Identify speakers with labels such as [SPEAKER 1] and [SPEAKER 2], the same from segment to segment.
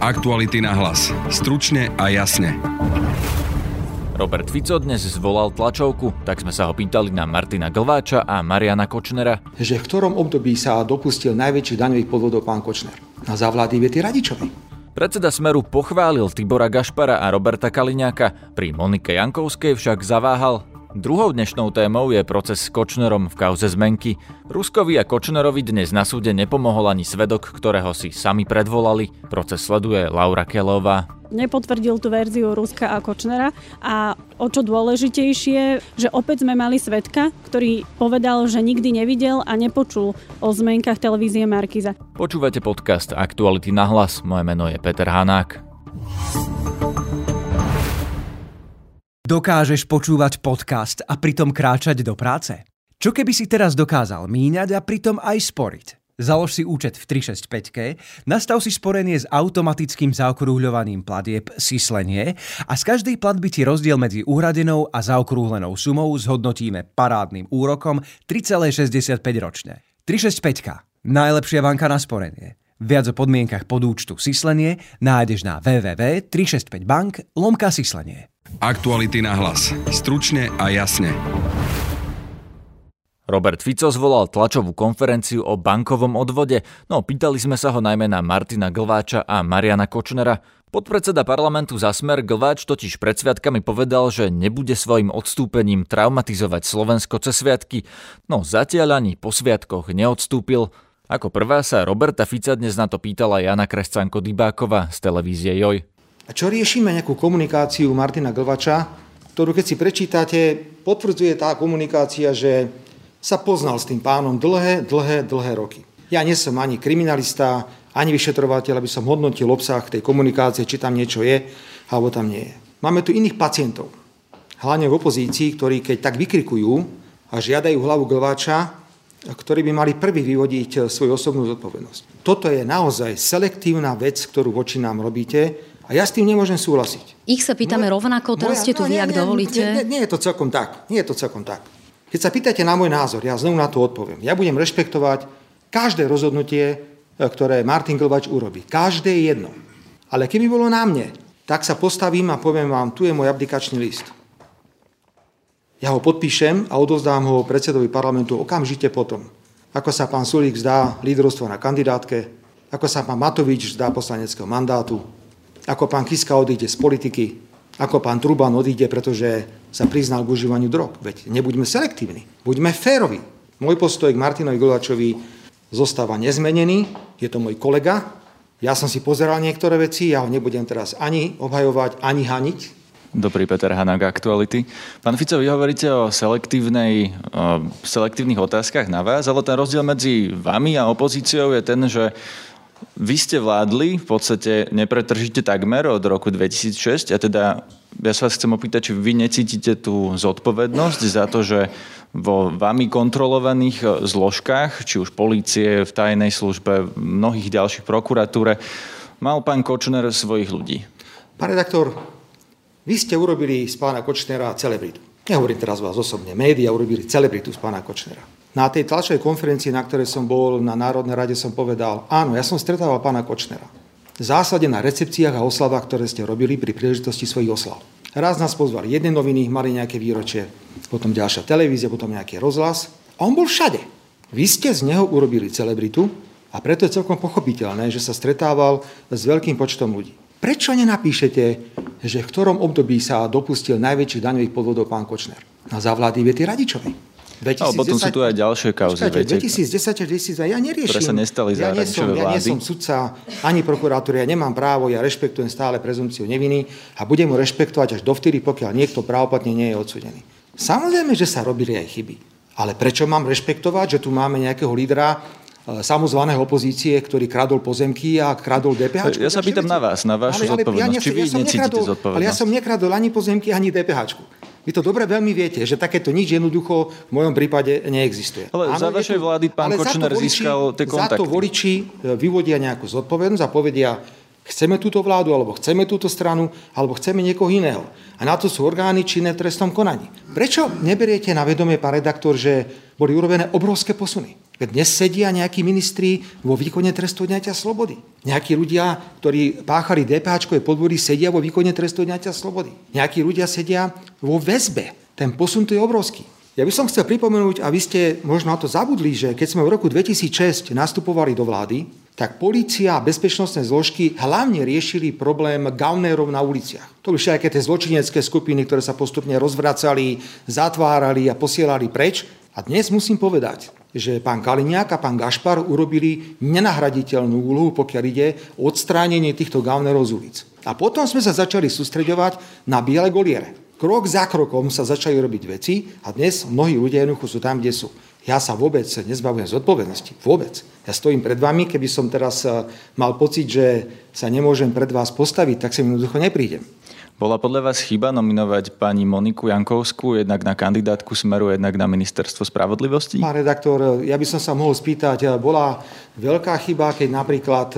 [SPEAKER 1] Aktuality na hlas. Stručne a jasne.
[SPEAKER 2] Robert Fico dnes zvolal tlačovku, tak sme sa ho pýtali na Martina Glváča a Mariana Kočnera.
[SPEAKER 3] Že v ktorom období sa dopustil najväčších daňových podvodov pán Kočner? Za vlády Ivety Radičovej.
[SPEAKER 2] Predseda Smeru pochválil Tibora Gašpara a Roberta Kaliňáka, pri Monike Jankovskej však zaváhal. Druhou dnešnou témou je proces s Kočnerom v kauze zmenky. Ruskovi a Kočnerovi dnes na súde nepomohol ani svedok, ktorého si sami predvolali. Proces sleduje Laura Kelová.
[SPEAKER 4] Nepotvrdil tú verziu Ruska a Kočnera a o čo dôležitejšie, že opäť sme mali svedka, ktorý povedal, že nikdy nevidel a nepočul o zmenkách televízie Markíza.
[SPEAKER 2] Počúvate podcast Aktuality na hlas. Moje meno je Peter Hanák.
[SPEAKER 5] Dokážeš počúvať podcast a pritom kráčať do práce? Čo keby si teraz dokázal míňať a pritom aj sporiť? Založ si účet v 365, nastav si sporenie s automatickým zaokrúhľovaním platieb Syslenie a z každej platby ti rozdiel medzi uhradenou a zaokrúhlenou sumou zhodnotíme parádnym úrokom 3,65 ročne. 365. Najlepšia banka na sporenie. Viac o podmienkach podúčtu Syslenie nájdeš na www.365bank/Syslenie.
[SPEAKER 1] Aktuality na hlas. Stručne a jasne.
[SPEAKER 2] Robert Fico zvolal tlačovú konferenciu o bankovom odvode, no pýtali sme sa ho najmä na Martina Glváča a Mariana Kočnera. Podpredseda parlamentu za Smer Glváč totiž pred sviatkami povedal, že nebude svojim odstúpením traumatizovať Slovensko cez sviatky, no zatiaľ ani po sviatkoch neodstúpil. Ako prvá sa Roberta Fica dnes na to pýtala Jana Kresťanko-Dybáková z televízie Joj.
[SPEAKER 3] A čo riešime nejakú komunikáciu Martina Glváča, ktorú keď si prečítate, potvrdzuje tá komunikácia, že sa poznal s tým pánom dlhé roky. Ja nie som ani kriminalista, ani vyšetrovateľ, aby som hodnotil obsah tej komunikácie, či tam niečo je, alebo tam nie je. Máme tu iných pacientov, hlavne v opozícii, ktorí keď tak vykrikujú a žiadajú hlavu Glváča, ktorí by mali prvý vyvodiť svoju osobnú zodpovednosť. Toto je naozaj selektívna vec, ktorú voči nám robíte, a ja s tým nemôžem súhlasiť.
[SPEAKER 6] Ich sa pýtame rovnako, teraz ste tu vy, ak dovolíte.
[SPEAKER 3] Nie je to celkom tak. Keď sa pýtate na môj názor, ja znovu na to odpoviem. Ja budem rešpektovať každé rozhodnutie, ktoré Martin Glváč urobí. Každé jedno. Ale keby bolo na mne, tak sa postavím a poviem vám, tu je môj abdikačný list. Ja ho podpíšem a odovzdám ho predsedovi parlamentu okamžite potom. Ako sa pán Sulík vzdá lídrovstva na kandidátke, ako sa pán Matovič vzdá poslaneckého mandátu, ako pán Kiska odíde z politiky, ako pán Truban odíde, pretože sa priznal k užívaniu drog. Veď nebuďme selektívni, buďme férovi. Môj postoj k Martinovi Glváčovi zostáva nezmenený, je to môj kolega. Ja som si pozeral niektoré veci, ja ho nebudem teraz ani obhajovať, ani haniť.
[SPEAKER 2] Dobrý, Peter Hanák, Aktuality. Pán Fico, vy hovoríte o selektívnych otázkach na vás, ale ten rozdiel medzi vami a opozíciou je ten, že vy ste vládli, v podstate nepretržite takmer od roku 2006 a teda ja sa vás chcem opýtať, či vy necítite tú zodpovednosť za to, že vo vami kontrolovaných zložkách, či už polície, v tajnej službe, mnohých ďalších prokuratúre, mal pán Kočner svojich ľudí.
[SPEAKER 3] Pán redaktor, vy ste urobili z pána Kočnera celebritu. Nehovorím teraz vás osobne, médiá urobili celebritu z pána Kočnera. Na tej tlačovej konferencii, na ktorej som bol na Národnej rade, som povedal, áno, ja som stretával pána Kočnera. V zásade na recepciách a oslavách, ktoré ste robili pri príležitosti svojich oslav. Raz nás pozvali jedné noviny, mali nejaké výročie, potom ďalšia televízia, potom nejaký rozhlas. A on bol všade. Vy ste z neho urobili celebritu a preto je celkom pochopiteľné, že sa stretával s veľkým počtom ľudí. Prečo nenapíšete, že v ktorom období sa dopustil najväčších daňových podvodov pán Kočner? Za vlády Ivety Radičovej.
[SPEAKER 2] 2010, potom sú tu aj ďalšie kauzy.
[SPEAKER 3] 2010 až 2020 ja neriešim.
[SPEAKER 2] Ktoré sa nestali za Radičové vlády.
[SPEAKER 3] Ja nie som sudca ani prokurátor, ja nemám právo, ja rešpektujem stále prezumpciu neviny a budem ho rešpektovať až dovtedy, pokiaľ niekto právoplatne nie je odsúdený. Samozrejme, že sa robili aj chyby. Ale prečo mám rešpektovať, že tu máme nejakého lídra samozvaného opozície, ktorý kradol pozemky a kradol DPH?
[SPEAKER 2] Ja sa pýtam na vás, na vašu zodpovednosť. Či vy necítite zodpovednosť?
[SPEAKER 3] Ale ja som nekradol ani pozemky, ani DPH. Vy to dobre veľmi viete, že takéto nič jednoducho v mojom prípade neexistuje.
[SPEAKER 2] Ale za vašej vlády pán Kočner získal tie kontakty.
[SPEAKER 3] Za to voliči vyvodia nejakú zodpovednosť a povedia, Chceme túto vládu, alebo chceme túto stranu, alebo chceme niekoho iného. A na to sú orgány činné v trestnom konaní. Prečo neberiete na vedomie, pán redaktor, že boli urobené obrovské posuny? Veď dnes sedia nejakí ministri vo výkone trestu odňatia slobody. Nejakí ľudia, ktorí páchali DPH-čkové podvody, sedia vo výkone trestu odňatia slobody. Nejakí ľudia sedia vo väzbe. Ten posun tu je obrovský. Ja by som chcel pripomenúť, a vy ste možno na to zabudli, že keď sme v roku 2006 nastupovali do vlády, tak polícia a bezpečnostné zložky hlavne riešili problém gaunérov na uliciach. To boli všetky tie zločinecké skupiny, ktoré sa postupne rozvracali, zatvárali a posielali preč. A dnes musím povedať, že pán Kaliňák a pán Gašpar urobili nenahraditeľnú úlohu, pokiaľ ide o odstránenie týchto gaunérov z ulic. A potom sme sa začali sústreďovať na biele goliere. Krok za krokom sa začali robiť veci a dnes mnohí ľudia jednoducho sú tam, kde sú. Ja sa vôbec nezbavujem zodpovednosti. Vôbec. Ja stojím pred vami, keby som teraz mal pocit, že sa nemôžem pred vás postaviť, tak sa mi jednoducho neprídem.
[SPEAKER 2] Bola podľa vás chyba nominovať pani Moniku Jankovskú jednak na kandidátku Smeru, jednak na ministerstvo spravodlivosti?
[SPEAKER 3] Pán redaktor, ja by som sa mohol spýtať, bola veľká chyba, keď napríklad,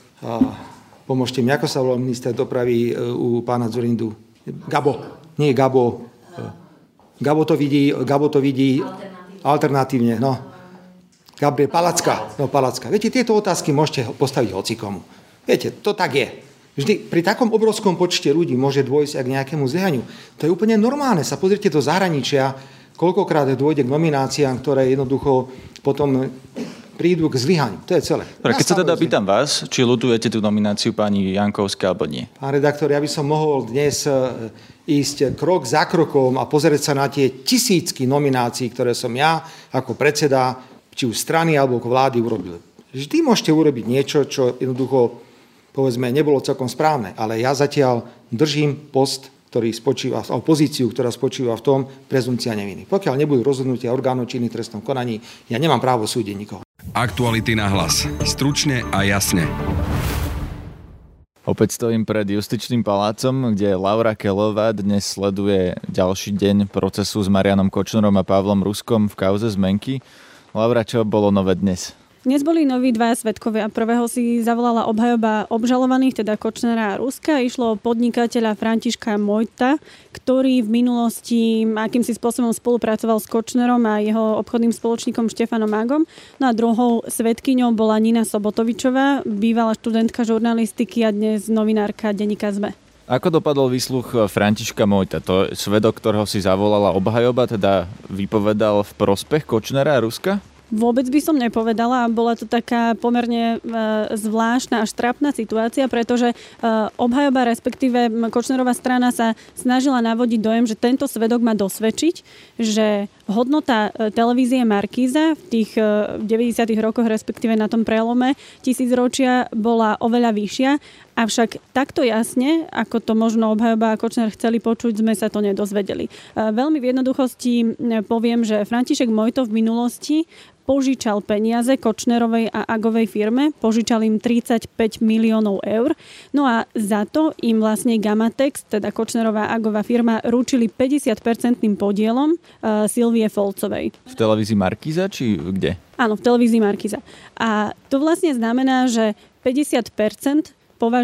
[SPEAKER 3] pomôžte mi, ako sa volal minister dopravy u pána Dzurindu? Gabo to vidí alternatívne, no. Gabriel Palacka. Viete, tieto otázky môžete postaviť hocikomu. Viete, to tak je. Vždy pri takom obrovskom počte ľudí môže dôjsť aj k nejakému zlyhaniu. To je úplne normálne. Sa pozrite do zahraničia, koľkokrát dôjde k nomináciám, ktoré jednoducho potom prídu k zlyhaniu. To je celé.
[SPEAKER 2] Keď sa teda pýtam vás, či ľutujete tú nomináciu pani Jankovskej alebo nie?
[SPEAKER 3] Pán redaktor, ja by som mohol dnes ísť krok za krokom a pozrieť sa na tie tisícky nominácií, ktoré som ja ako predseda, či už strany alebo vlády urobil. Vždy môžete urobiť niečo, čo jednoducho, povedzme, nebolo celkom správne, ale ja zatiaľ držím post, ktorý spočíva, alebo pozíciu, ktorá spočíva v tom prezumpcia neviny. Pokiaľ nebudú rozhodnutia orgánov činných v trestnom konaní, ja nemám právo súdiť nikoho.
[SPEAKER 1] Aktuality na hlas. Stručne a jasne.
[SPEAKER 2] Opäť stojím pred Justičným palácom, kde Laura Kelová dnes sleduje ďalší deň procesu s Marianom Kočnerom a Pavlom Ruskom v kauze zmenky. Laura, čo bolo nové dnes?
[SPEAKER 4] Dnes boli noví dvaja svedkovia. Prvého si zavolala obhajoba obžalovaných, teda Kočnera a Ruska. Išlo o podnikateľa Františka Mojta, ktorý v minulosti akýmsi spôsobom spolupracoval s Kočnerom a jeho obchodným spoločníkom Štefanom Magom. No a druhou svedkyňou bola Nina Sobotovičová, bývalá študentka žurnalistiky a dnes novinárka denníka SME.
[SPEAKER 2] Ako dopadol výsluch Františka Mojta? To je svedok, ktorého si zavolala obhajoba, teda vypovedal v prospech Kočnera a Ruska?
[SPEAKER 4] Vôbec by som nepovedala. Bola to taká pomerne zvláštna až trápna situácia, pretože obhajoba, respektíve Kočnerová strana sa snažila navodiť dojem, že tento svedok má dosvedčiť, že hodnota televízie Markíza v tých 90. rokoch, respektíve na tom prelome tisícročia bola oveľa vyššia. Avšak takto jasne, ako to možno obhajoba a Kočner chceli počuť, sme sa to nedozvedeli. Veľmi v jednoduchosti poviem, že František Mojto v minulosti požičal peniaze Kočnerovej a Agovej firme, požičal im 35 miliónov eur. No a za to im vlastne Gamatex, teda Kočnerová a Agová firma, ručili 50% podielom Silvie Folcovej.
[SPEAKER 2] V televízii Markíza, či kde?
[SPEAKER 4] Áno, v televízii Markíza. A to vlastne znamená, že 50%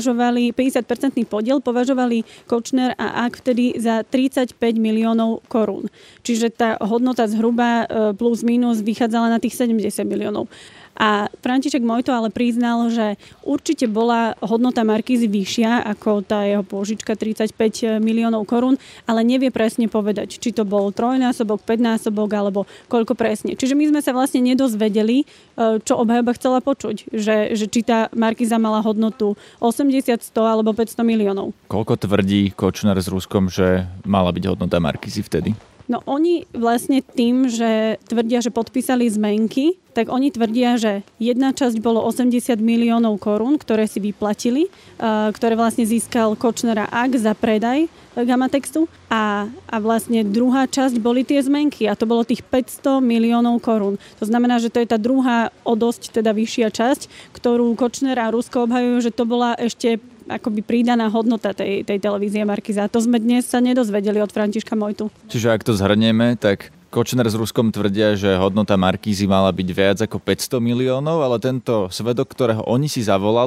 [SPEAKER 4] podiel považovali Kočner a Ak vtedy za 35 miliónov korún. Čiže tá hodnota zhruba plus minus vychádzala na tých 70 miliónov. A František Mojto ale priznal, že určite bola hodnota Markízy vyššia ako tá jeho pôžička 35 miliónov korún, ale nevie presne povedať, či to bol trojnásobok, 5-násobok alebo koľko presne. Čiže my sme sa vlastne nedozvedeli, čo obhajoba chcela počuť, že či tá Markíza mala hodnotu 80, 100 alebo 500 miliónov.
[SPEAKER 2] Koľko tvrdí Kočner s Ruskom, že mala byť hodnota Markízy vtedy?
[SPEAKER 4] No oni vlastne tým, že tvrdia, že podpísali zmenky, tak oni tvrdia, že jedna časť bolo 80 miliónov korún, ktoré si vyplatili, ktoré vlastne získal Kočner a Ak za predaj Gamatextu a vlastne druhá časť boli tie zmenky a to bolo tých 500 miliónov korún. To znamená, že to je tá druhá o dosť teda vyššia časť, ktorú Kočner a Rusko obhajujú, že to bola ešte akoby pridaná hodnota tej televízie Markíza. To sme dnes sa nedozvedeli od Františka Mojtu.
[SPEAKER 2] Čiže ak to zhrnieme, tak Kočner s Ruskom tvrdia, že hodnota Markízy mala byť viac ako 500 miliónov, ale tento svedok, ktorého oni si zavolali,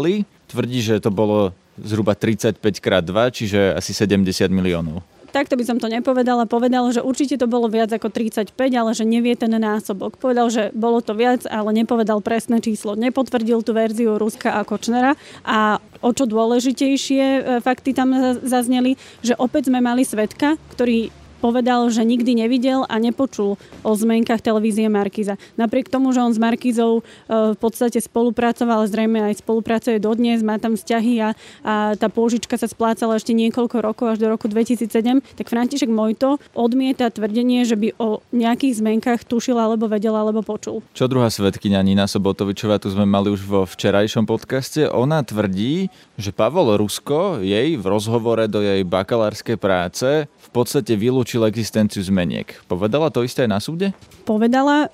[SPEAKER 2] tvrdí, že to bolo zhruba 35x2, čiže asi 70 miliónov.
[SPEAKER 4] Takto by som to nepovedala. Povedal, že určite to bolo viac ako 35, ale že nevie ten násobok. Povedal, že bolo to viac, ale nepovedal presné číslo. Nepotvrdil tú verziu Ruska a Kočnera. A o čo dôležitejšie fakty tam zazneli, že opäť sme mali svedka, ktorý povedal, že nikdy nevidel a nepočul o zmenkách televízie Markíza. Napriek tomu, že on s Markízou v podstate spolupracoval, zrejme aj spolupracuje dodnes, má tam vzťahy a tá pôžička sa splácala ešte niekoľko rokov až do roku 2007, tak František Mojto odmieta tvrdenie, že by o nejakých zmenkách tušil alebo vedel alebo počul. Čo
[SPEAKER 2] druhá svedkyňa Nina Sobotovičová, tu sme mali už vo včerajšom podcaste, ona tvrdí, že Pavol Rusko jej v rozhovore do jej bakalárskej práce v podstate vylúčil existenciu zmeniek. Povedala to isté aj na súde?
[SPEAKER 4] Povedala.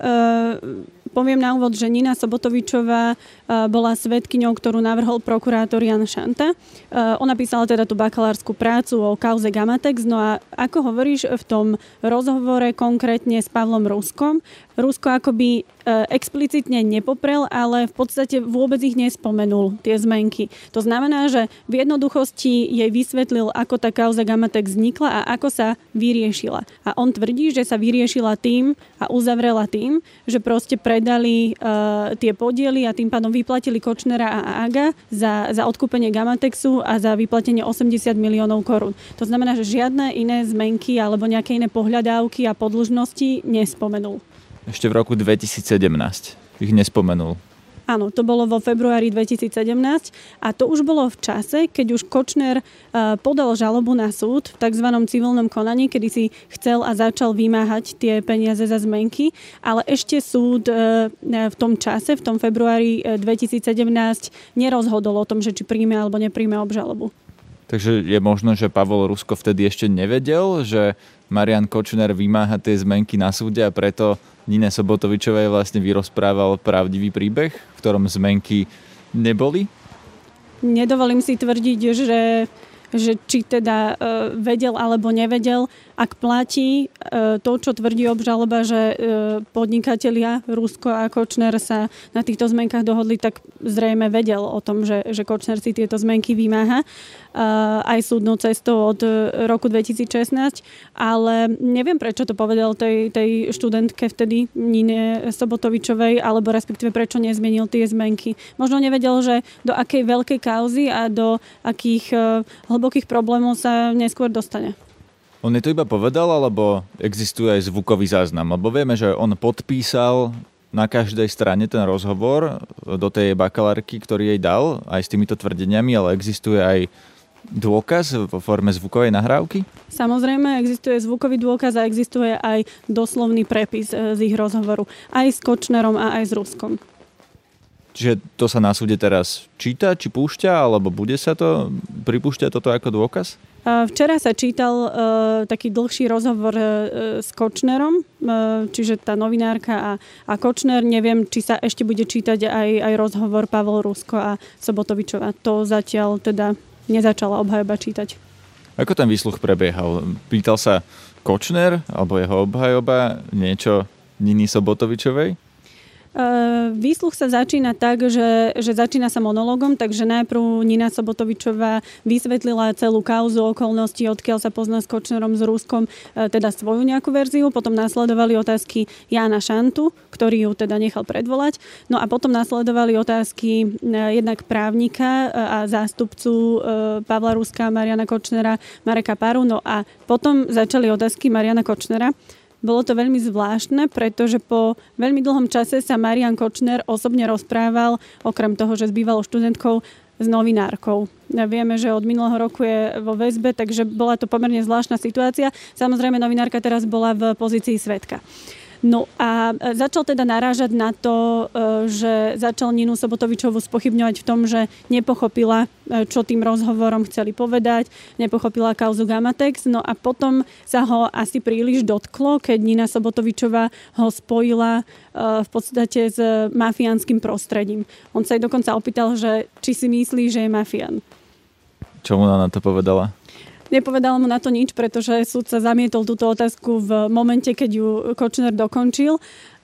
[SPEAKER 4] Poviem na úvod, že Nina Sobotovičová bola svedkyňou, ktorú navrhol prokurátor Jan Šanta. Ona písala teda tú bakalárskú prácu o kauze Gamatex. No a ako hovoríš v tom rozhovore konkrétne s Pavlom Ruskom, Rusko akoby explicitne nepoprel, ale v podstate vôbec ich nespomenul, tie zmenky. To znamená, že v jednoduchosti jej vysvetlil, ako tá kauza Gamatex vznikla a ako sa vyriešila. A on tvrdí, že sa vyriešila tým a uzavrela tým, že proste predali tie podiely a tým pádom vyplatili Kočnera a Aga za odkúpenie Gamatexu a za vyplatenie 80 miliónov korún. To znamená, že žiadne iné zmenky alebo nejaké iné pohľadávky a podĺžnosti nespomenul.
[SPEAKER 2] Ešte v roku 2017 ich nespomenul.
[SPEAKER 4] Áno, to bolo vo februári 2017 a to už bolo v čase, keď už Kočner podal žalobu na súd v tzv. Civilnom konaní, kedy si chcel a začal vymáhať tie peniaze za zmenky, ale ešte súd v tom čase, v tom februári 2017 nerozhodol o tom, že či príjme alebo nepríjme obžalobu.
[SPEAKER 2] Takže je možno, že Pavol Rusko vtedy ešte nevedel, že Marian Kočner vymáha tie zmenky na súde a preto Nine Sobotovičovej vlastne vyrozprával pravdivý príbeh, v ktorom zmenky neboli?
[SPEAKER 4] Nedovolím si tvrdiť, že či teda vedel alebo nevedel. Ak platí to, čo tvrdí obžaloba, že podnikatelia Rusko a Kočner sa na týchto zmenkách dohodli, tak zrejme vedel o tom, že Kočner si tieto zmenky vymáha aj súdnou cestou od roku 2016, ale neviem, prečo to povedal tej študentke vtedy Nine Sobotovičovej, alebo respektíve prečo nezmenil tie zmenky. Možno nevedel, že do akej veľkej kauzy a do akých hlbokých problémov sa neskôr dostane.
[SPEAKER 2] On je to iba povedal, alebo existuje aj zvukový záznam? Lebo vieme, že on podpísal na každej strane ten rozhovor do tej bakalárky, ktorý jej dal, aj s týmito tvrdeniami, ale existuje aj dôkaz vo forme zvukovej nahrávky?
[SPEAKER 4] Samozrejme, existuje zvukový dôkaz a existuje aj doslovný prepis z ich rozhovoru. Aj s Kočnerom a aj s Ruskom.
[SPEAKER 2] Čiže to sa na súde teraz číta, či púšťa, alebo bude sa to pripúšťať toto ako dôkaz?
[SPEAKER 4] Včera sa čítal taký dlhší rozhovor s Kočnerom, čiže tá novinárka a Kočner. Neviem, či sa ešte bude čítať aj rozhovor Pavol Rusko a Sobotovičová. To zatiaľ teda nezačala obhajoba čítať.
[SPEAKER 2] Ako ten výsluch prebiehal? Pýtal sa Kočner alebo jeho obhajoba niečo Niny Sobotovičovej?
[SPEAKER 4] Výsluch sa začína tak, že začína sa monológom, takže najprv Nina Sobotovičová vysvetlila celú kauzu, okolnosti, odkiaľ sa pozná s Kočnerom, s Ruskom, teda svoju nejakú verziu. Potom nasledovali otázky Jána Šantu, ktorý ju teda nechal predvolať. No a potom nasledovali otázky jednak právnika a zástupcu Pavla Ruska, Mariana Kočnera, Mareka Paru. No a potom začali otázky Mariana Kočnera. Bolo to veľmi zvláštne, pretože po veľmi dlhom čase sa Marian Kočner osobne rozprával, okrem toho, že s bývalou študentkou, s novinárkou. Vieme, že od minulého roku je vo väzbe, takže bola to pomerne zvláštna situácia. Samozrejme, novinárka teraz bola v pozícii svedka. No a začal teda narážať na to, že začal Ninu Sobotovičovú spochybňovať v tom, že nepochopila, čo tým rozhovorom chceli povedať, nepochopila kauzu Gamatex, no a potom sa ho asi príliš dotklo, keď Nina Sobotovičová ho spojila v podstate s mafiánskym prostredím. On sa jej dokonca opýtal, že či si myslí, že je mafián.
[SPEAKER 2] Čo mu na to povedala?
[SPEAKER 4] Nepovedala mu na to nič, pretože súd sa zamietol túto otázku v momente, keď ju Kočner dokončil.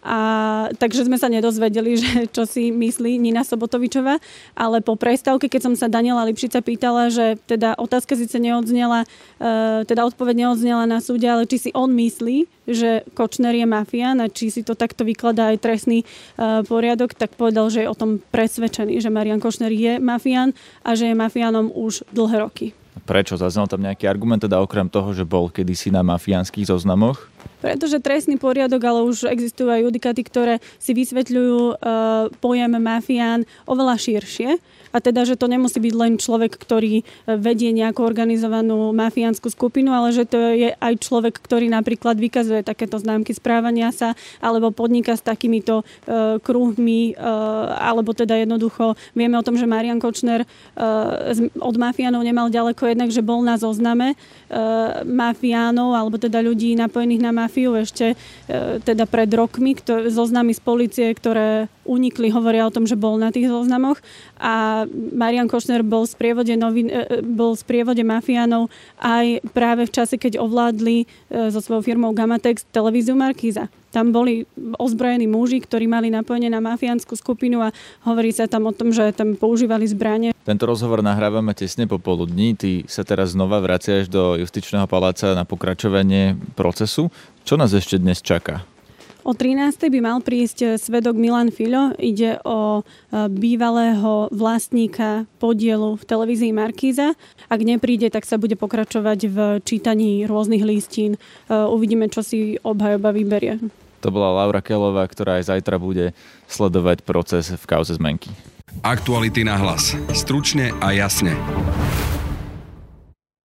[SPEAKER 4] A takže sme sa nedozvedeli, že čo si myslí Nina Sobotovičová, ale po prestávke, keď som sa Daniela Lipšica pýtala, že teda otázka síce neodznela, teda odpoveď neodznela na súde, ale či si on myslí, že Kočner je mafián a či si to takto vykladá aj trestný poriadok, tak povedal, že je o tom presvedčený, že Marian Kočner je mafián a že je mafiánom už dlhé roky.
[SPEAKER 2] Prečo? Zaznel tam nejaký argument, teda okrem toho, že bol kedysi na mafiánskych zoznamoch?
[SPEAKER 4] Pretože trestný poriadok, ale už existujú aj judikáty, ktoré si vysvetľujú pojem mafián oveľa širšie. A teda, že to nemusí byť len človek, ktorý vedie nejakú organizovanú mafiánsku skupinu, ale že to je aj človek, ktorý napríklad vykazuje takéto známky správania sa, alebo podniká s takýmito kruhmi, alebo teda jednoducho vieme o tom, že Marian Kočner od mafiánov nemal ďaleko, jednak, že bol na zozname mafiánov, alebo teda ľudí napojených na mafiu ešte teda pred rokmi, zoznamy z polície, ktoré unikli, hovoria o tom, že bol na tých zoznamoch a Marian Kočner bol v sprievode mafiánov aj práve v čase, keď ovládli so svojou firmou Gamatex televíziu Markíza. Tam boli ozbrojení muži, ktorí mali napojenie na mafiánsku skupinu a hovorí sa tam o tom, že tam používali zbrane. Tento
[SPEAKER 2] rozhovor nahrávame tesne popoludní. Ty sa teraz znova vraciaš do Justičného paláca na pokračovanie procesu. Čo nás ešte dnes čaká?
[SPEAKER 4] O 13. by mal prísť svedok Milan Fiľo. Ide o bývalého vlastníka podielu v televízii Markíza. Ak nepríde, tak sa bude pokračovať v čítaní rôznych listín. Uvidíme, čo si obhajoba vyberie.
[SPEAKER 2] To bola Laura Kelová, ktorá aj zajtra bude sledovať proces v kauze zmenky.
[SPEAKER 1] Aktuality na hlas. Stručne a jasne.